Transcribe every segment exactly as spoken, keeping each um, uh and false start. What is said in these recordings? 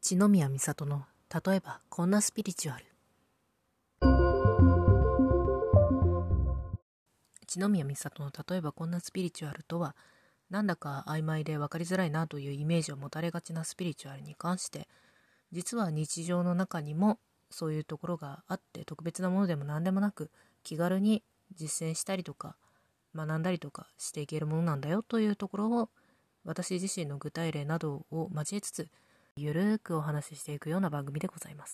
一宮美里の例えばこんなスピリチュアル。一宮美里の例えばこんなスピリチュアルとは、なんだか曖昧で分かりづらいなというイメージを持たれがちなスピリチュアルに関して、実は日常の中にもそういうところがあって、特別なものでも何でもなく気軽に実践したりとか学んだりとかしていけるものなんだよというところを、私自身の具体例などを交えつつゆるーくお話ししていくような番組でございます。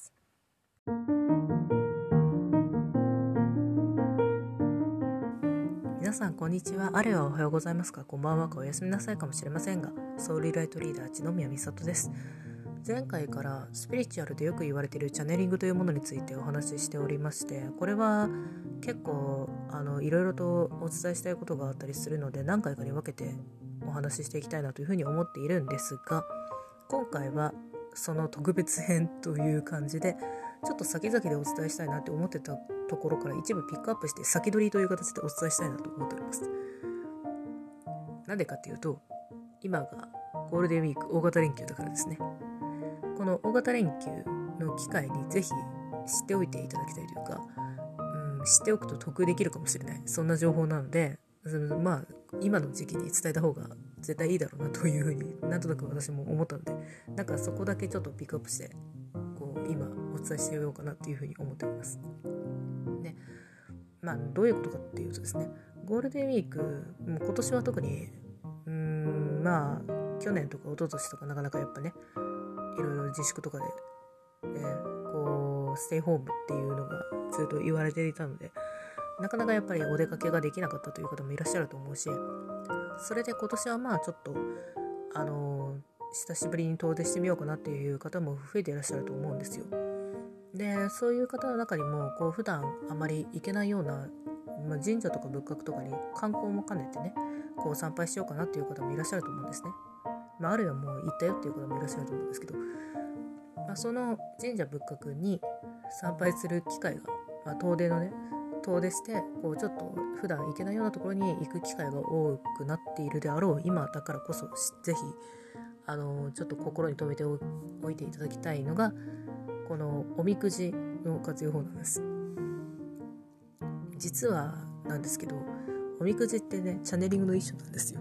皆さんこんにちは、あるいはおはようございますか、こんばんはかおやすみなさいかもしれませんが、ソウルライトリーダー一宮美里です。前回からスピリチュアルでよく言われているチャネリングというものについてお話ししておりまして、これは結構あのいろいろとお伝えしたいことがあったりするので、何回かに分けてお話ししていきたいなというふうに思っているんですが、今回はその特別編という感じで、ちょっと先々でお伝えしたいなって思ってたところから一部ピックアップして先取りという形でお伝えしたいなと思っております。なんでかっていうと、今がゴールデンウィーク大型連休だからですね。この大型連休の機会にぜひ知っておいていただきたいというか、うん、知っておくと得できるかもしれない、そんな情報なので、まあ今の時期に伝えた方が絶対いいだろうなというふうになんとなく私も思ったので、なんかそこだけちょっとピックアップしてこう今お伝えしてみようかなっていうふうに思っております。で、まあどういうことかっていうとですね、ゴールデンウィーク、もう今年は特にうーんまあ去年とか一昨年とかなかなかやっぱね、いろいろ自粛とかで、ね、こうステイホームっていうのがずっと言われていたので、なかなかやっぱりお出かけができなかったという方もいらっしゃると思うし、それで今年はまあちょっとあの久しぶりに遠出してみようかなっていう方も増えていらっしゃると思うんですよ。で、そういう方の中にもこう普段あまり行けないような、まあ、神社とか仏閣とかに観光も兼ねてね、こう参拝しようかなっていう方もいらっしゃると思うんですね。まあ、あるいはもう行ったよっていう方もいらっしゃると思うんですけど、まあ、その神社仏閣に参拝する機会が、まあ、遠出のね遠出してこうちょっと普段行けないようなところに行く機会が多くなっているであろう今だからこそ、ぜひあのちょっと心に留めておいていただきたいのが、このおみくじの活用法なんです。実はなんですけど、おみくじってね、チャネリングの一種なんですよ。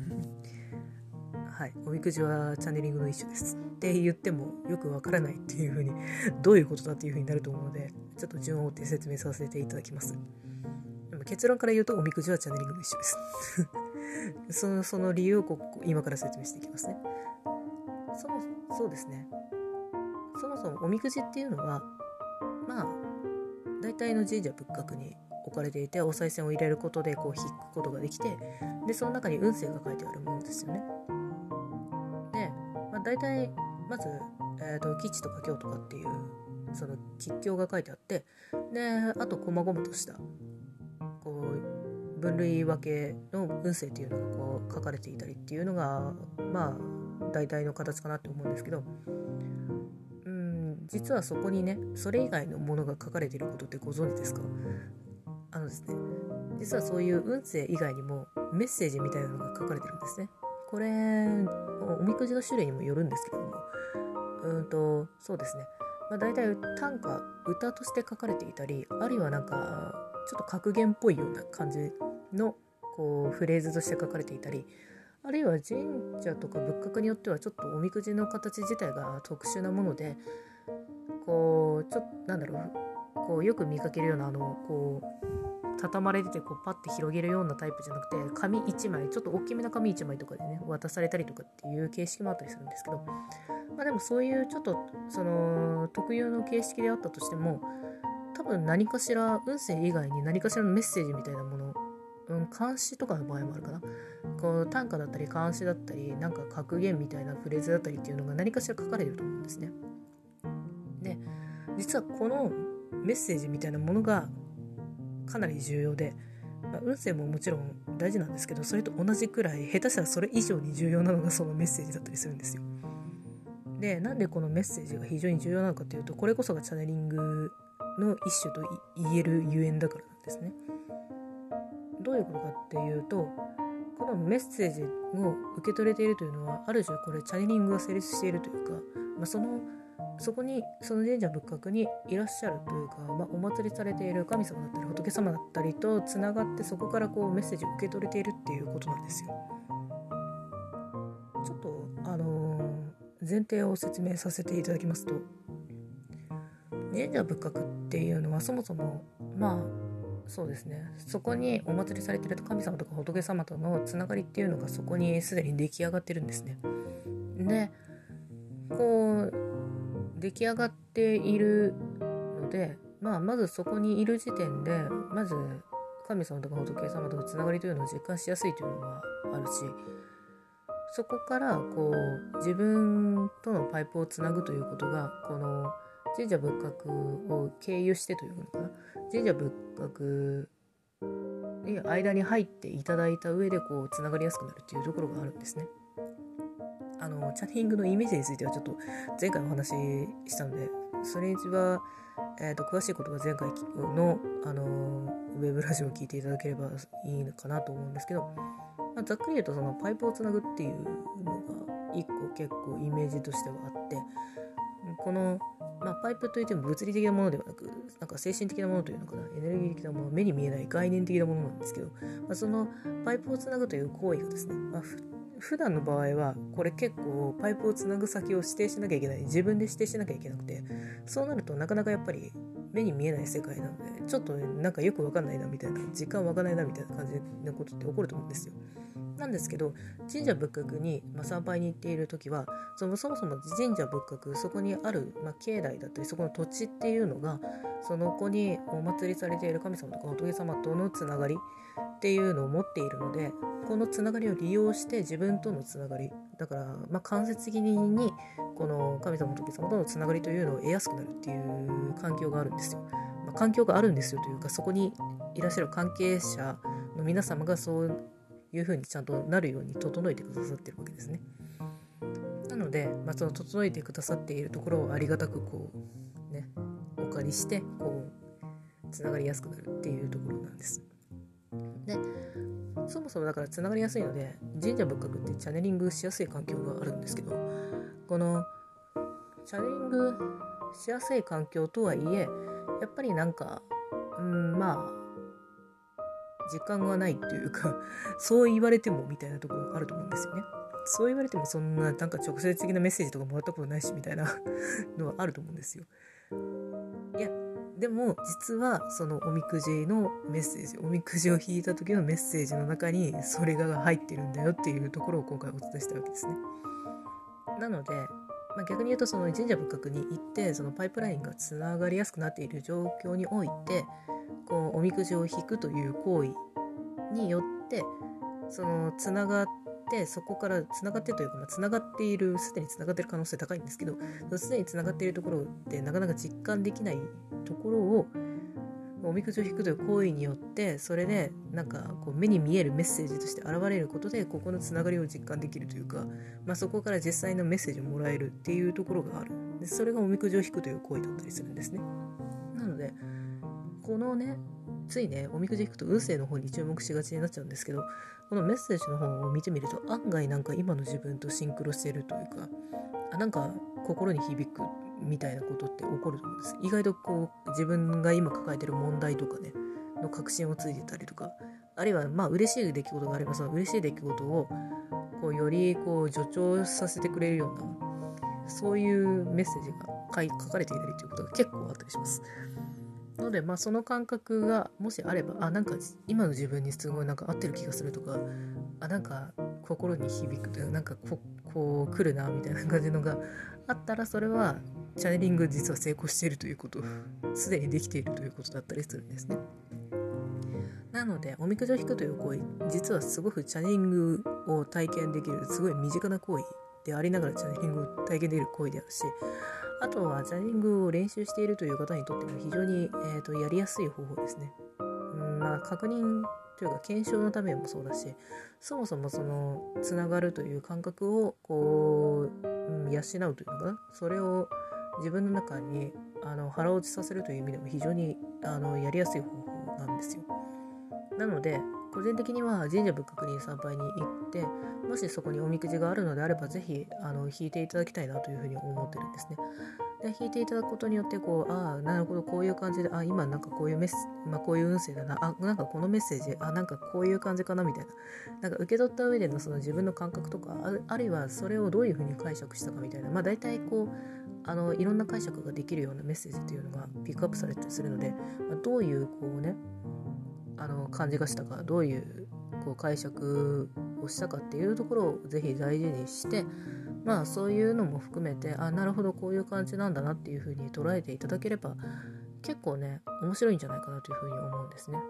はい、おみくじはチャネリングの一種ですって言ってもよくわからないっていう風にどういうことだっていう風になると思うので、ちょっと順を追って説明させていただきます。でも結論から言うと、おみくじはチャネリングの一種ですそのその理由をここ今から説明していきますね。そもそうですねそもそもおみくじっていうのは、まあ大体の神社仏閣に置かれていて、お賽銭を入れることでこう引くことができて、でその中に運勢が書いてあるものですよね。で、まあ、大体まず、えーと、吉とか凶とかっていうその吉凶が書いてあって、であと細々としたこう分類分けの運勢っていうのがこう書かれていたりっていうのが、まあ大体の形かなって思うんですけど、うん、実はそこにね、それ以外のものが書かれていることってご存知ですか？あのですね、実はそういう運勢以外にもメッセージみたいなのが書かれてるんですね。これおみくじの種類にもよるんですけども、うんとそうですね、まあ、大体短歌歌として書かれていたり、あるいはなんかちょっと格言っぽいような感じのこうフレーズとして書かれていたり、あるいは神社とか仏閣によってはちょっとおみくじの形自体が特殊なもので、こうちょっとなんだろう、こうよく見かけるようなあのこう畳まれててこうパッて広げるようなタイプじゃなくて、紙いちまい、ちょっと大きめな紙いちまいとかでね渡されたりとかっていう形式もあったりするんですけど、まあでもそういうちょっとその特有の形式であったとしても、多分何かしら運勢以外に何かしらのメッセージみたいなもの、うん、漢詩とかの場合もあるかな、こう短歌だったり漢詩だったりなんか格言みたいなフレーズだったりっていうのが何かしら書かれてると思うんですね。で、実はこのメッセージみたいなものがかなり重要で、まあ、運勢ももちろん大事なんですけど、それと同じくらい下手したらそれ以上に重要なのがそのメッセージだったりするんですよ。で、なんでこのメッセージが非常に重要なのかというと、これこそがチャネリングの一種と言えるゆえんだからなんですね。どういうことかっていうと、このメッセージを受け取れているというのは、ある種これチャネリングが成立しているというか、まあ、そのそこにその神社仏閣にいらっしゃるというか、まあ、お祭りされている神様だったり仏様だったりとつながって、そこからこうメッセージを受け取れているっていうことなんですよ。ちょっとあのー、前提を説明させていただきますと、神社仏閣っていうのはそもそもまあそうですね、そこにお祭りされている神様とか仏様とのつながりっていうのがそこにすでに出来上がってるんですね。でこう出来上がっているので、まあ、まずそこにいる時点でまず神様とか仏様とのつながりというのを実感しやすいというのがあるし、そこからこう自分とのパイプをつなぐということがこの神社仏閣を経由してというのかな、神社仏閣に間に入っていただいた上でこうつながりやすくなるっていうところがあるんですね。あのチャネリングのイメージについてはちょっと前回お話ししたので、それは、えー、と詳しいことが前回の、あのウェブラジオを聞いていただければいいのかなと思うんですけど、まあ、ざっくり言うとそのパイプをつなぐっていうのが一個結構イメージとしてはあって、この、まあ、パイプといっても物理的なものではなく、なんか精神的なものというのかな、エネルギー的なもの、目に見えない概念的なものなんですけど、まあ、そのパイプをつなぐという行為がですね、まあ、普段の場合はこれ結構パイプをつなぐ先を指定しなきゃいけない、自分で指定しなきゃいけなくて、そうなるとなかなかやっぱり目に見えない世界なので、ちょっとなんかよくわかんないなみたいな、時間わかんないなみたいな感じのことって起こると思うんですよ。なんですけど、神社仏閣に、まあ、参拝に行っているときは、そもそも神社仏閣、そこにある、まあ、境内だったり、そこの土地っていうのが、その子にお祭りされている神様とか仏様とのつながりっていうのを持っているので、このつながりを利用して自分とのつながり、だから、まあ、間接的にこの神様と仏様とのつながりというのを得やすくなるっていう環境があるんですよ。まあ、環境があるんですよというか、そこにいらっしゃる関係者の皆様がそういう風にちゃんとなるように整えてくださってるわけですね。なので、まあ、その整えてくださっているところをありがたくこうねお借りしてこうつながりやすくなるっていうところなんです。で、そもそもだからつながりやすいので神社仏閣ってチャネリングしやすい環境があるんですけど、このチャネリングしやすい環境とはいえやっぱりなんかうんまあ時間がないというかそう言われてもみたいなところがあると思うんですよね。そう言われてもそんななんか直接的なメッセージとかもらったことないしみたいなのはあると思うんですよ。いやでも実はそのおみくじのメッセージ、おみくじを引いた時のメッセージの中にそれが入ってるんだよっていうところを今回お伝えしたわけですね。なので、まあ、逆に言うとその神社仏閣に行ってそのパイプラインがつながりやすくなっている状況においてこうおみくじを引くという行為によってそのつながってそこからつながってというか、まあ、つながっているすでにつながっている可能性高いんですけど、すでにつながっているところってなかなか実感できないところをおみくじを引くという行為によってそれでなんかこう目に見えるメッセージとして現れることでここのつながりを実感できるというか、まあ、そこから実際のメッセージをもらえるっていうところがある。でそれがおみくじを引くという行為だったりするんですね。なのでこのねついねおみくじ引くと運勢の方に注目しがちになっちゃうんですけど、このメッセージの方を見てみると案外なんか今の自分とシンクロしているというか、あなんか心に響くみたいなことって起こると思うんです。意外とこう自分が今抱えている問題とかねの確信をついてたりとか、あるいはまあ嬉しい出来事があればその嬉しい出来事をこうよりこう助長させてくれるようなそういうメッセージが書かれていたりということが結構あったりします。なので、まあ、その感覚がもしあれば、あ、なんか今の自分にすごいなんか合ってる気がするとか、あ、なんか心に響くというか、なんかこう、こう来るなみたいな感じのがあったら、それはチャネリング実は成功しているということ、すでにできているということだったりするんですね。なので、おみくじを引くという行為、実はすごくチャネリングを体験できる、すごい身近な行為でありながらチャネリングを体験できる行為であるし、あとはチャネリングを練習しているという方にとっても非常に、えー、とやりやすい方法ですね。うんまあ、確認というか検証のためもそうだし、そもそもそのつながるという感覚をこう、うん、養うというのかな、それを自分の中にあの腹落ちさせるという意味でも非常にあのやりやすい方法なんですよ。なので個人的には神社仏閣に参拝に行って、もしそこにおみくじがあるのであればぜひあの引いていただきたいなというふうに思ってるんですね。で引いていただくことによってこう、ああなるほどこういう感じで、あ今なんかこういうメッセ、まあ、こういう運勢だな、あなんかこのメッセージ、あなんかこういう感じかなみたいな、なんか受け取った上でのその自分の感覚とか、ある、あるいはそれをどういうふうに解釈したかみたいな、まあ大体こうあのいろんな解釈ができるようなメッセージというのがピックアップされたりするので、まあ、どういうこうねあの感じがしたか、どういうこう解釈をしたかっていうところをぜひ大事にして、まあそういうのも含めて、あなるほどこういう感じなんだなっていうふうに捉えていただければ結構ね面白いんじゃないかなというふうに思うんですね。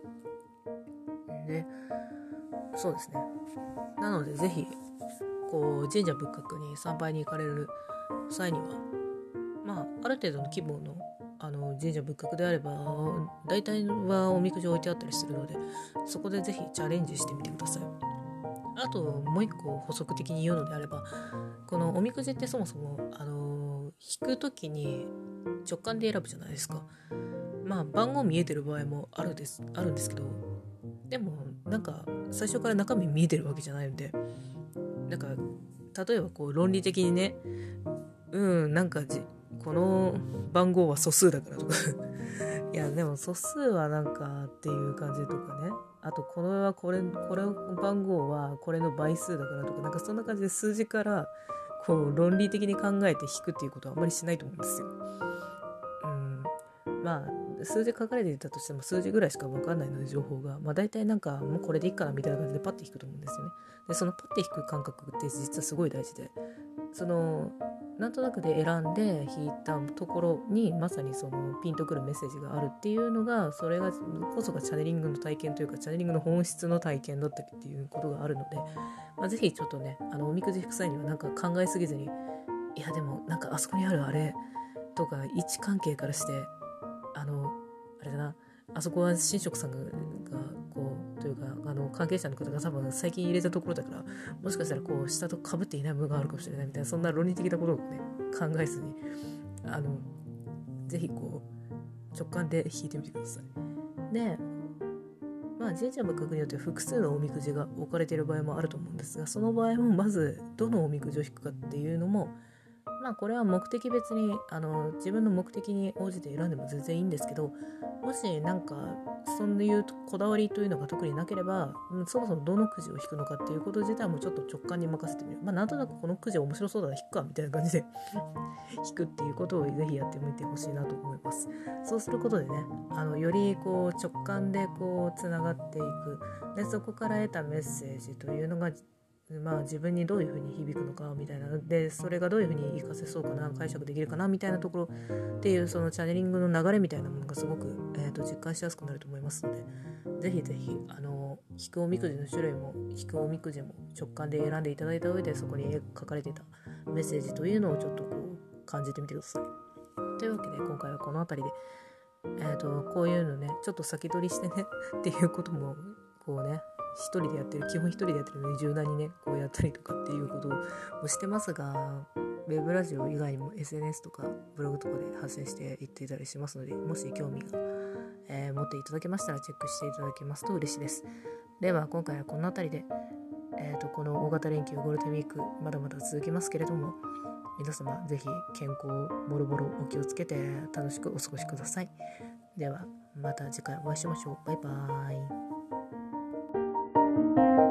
でそうですね、なのでぜひこう神社仏閣に参拝に行かれる際には、まあある程度の規模のあの神社仏閣であれば大体はおみくじ置いてあったりするので、そこでぜひチャレンジしてみてください。あともう一個補足的に言うのであれば、このおみくじってそもそもあの引くときに直感で選ぶじゃないですか。まあ番号見えてる場合もあるですあるんですけど、でもなんか最初から中身見えてるわけじゃないので、なんか例えばこう論理的にね、うんなんかじこの番号は素数だからとかいやでも素数はなんかっていう感じとかね、あとこれはこれこれの番号はこれの倍数だからとか、なんかそんな感じで数字からこう論理的に考えて引くっていうことはあんまりしないと思うんですよ。うん、まあ数字書かれていたとしても数字ぐらいしか分かんないので情報が、まあ大体なんかもうこれでいいかなみたいな感じでパッて引くと思うんですよね。でそのパッて引く感覚って実はすごい大事で、そのなんとなくで選んで引いたところにまさにそのピンとくるメッセージがあるっていうのが、それがこそがチャネリングの体験というかチャネリングの本質の体験だったりっていうことがあるので、まあ、ぜひちょっとねあのおみくじ引く際にはなんか考えすぎずに、いやでもなんかあそこにあるあれとか位置関係からしてあのあれだな、あそこは神職さんがこうというかあの関係者の方が多分最近入れたところだから、もしかしたらこう下と被っていない部分があるかもしれないみたいな、そんな論理的なことをね考えずに、あのぜひこう直感で引いてみてください。でまあ神社仏閣によって複数のおみくじが置かれている場合もあると思うんですが、その場合もまずどのおみくじを引くかっていうのも、まあこれは目的別にあの自分の目的に応じて選んでも全然いいんですけど、もしなんかそういうこだわりというのが特になければ、そもそもどのくじを引くのかっていうこと自体もちょっと直感に任せてみる。まあなんとなくこのくじ面白そうだな引くかみたいな感じで引くっていうことをぜひやってみてほしいなと思います。そうすることでね、あのよりこう直感でこうつながっていく。でそこから得たメッセージというのがまあ自分にどういう風に響くのかみたいなので、それがどういう風に活かせそうかな、解釈できるかなみたいなところっていうそのチャネリングの流れみたいなものがすごく、えー、と実感しやすくなると思いますので、ぜひぜひあの引くおみくじの種類も引くおみくじも直感で選んでいただいた上で、そこに書かれていたメッセージというのをちょっとこう感じてみてください。というわけで今回はこの辺りで、えー、とこういうのねちょっと先取りしてねっていうこともこうね一人でやってる、基本一人でやってるのに柔軟にねこうやったりとかっていうことをしてますが、ウェブラジオ以外にも エスエヌエス とかブログとかで発信していっていたりしますので、もし興味が、えー、持っていただけましたらチェックしていただけますと嬉しいです。では今回はこの辺りで、えー、とこの大型連休ゴールデンウィークまだまだ続きますけれども、皆様ぜひ健康ボロボロお気をつけて楽しくお過ごしください。ではまた次回お会いしましょう。バイバーイ。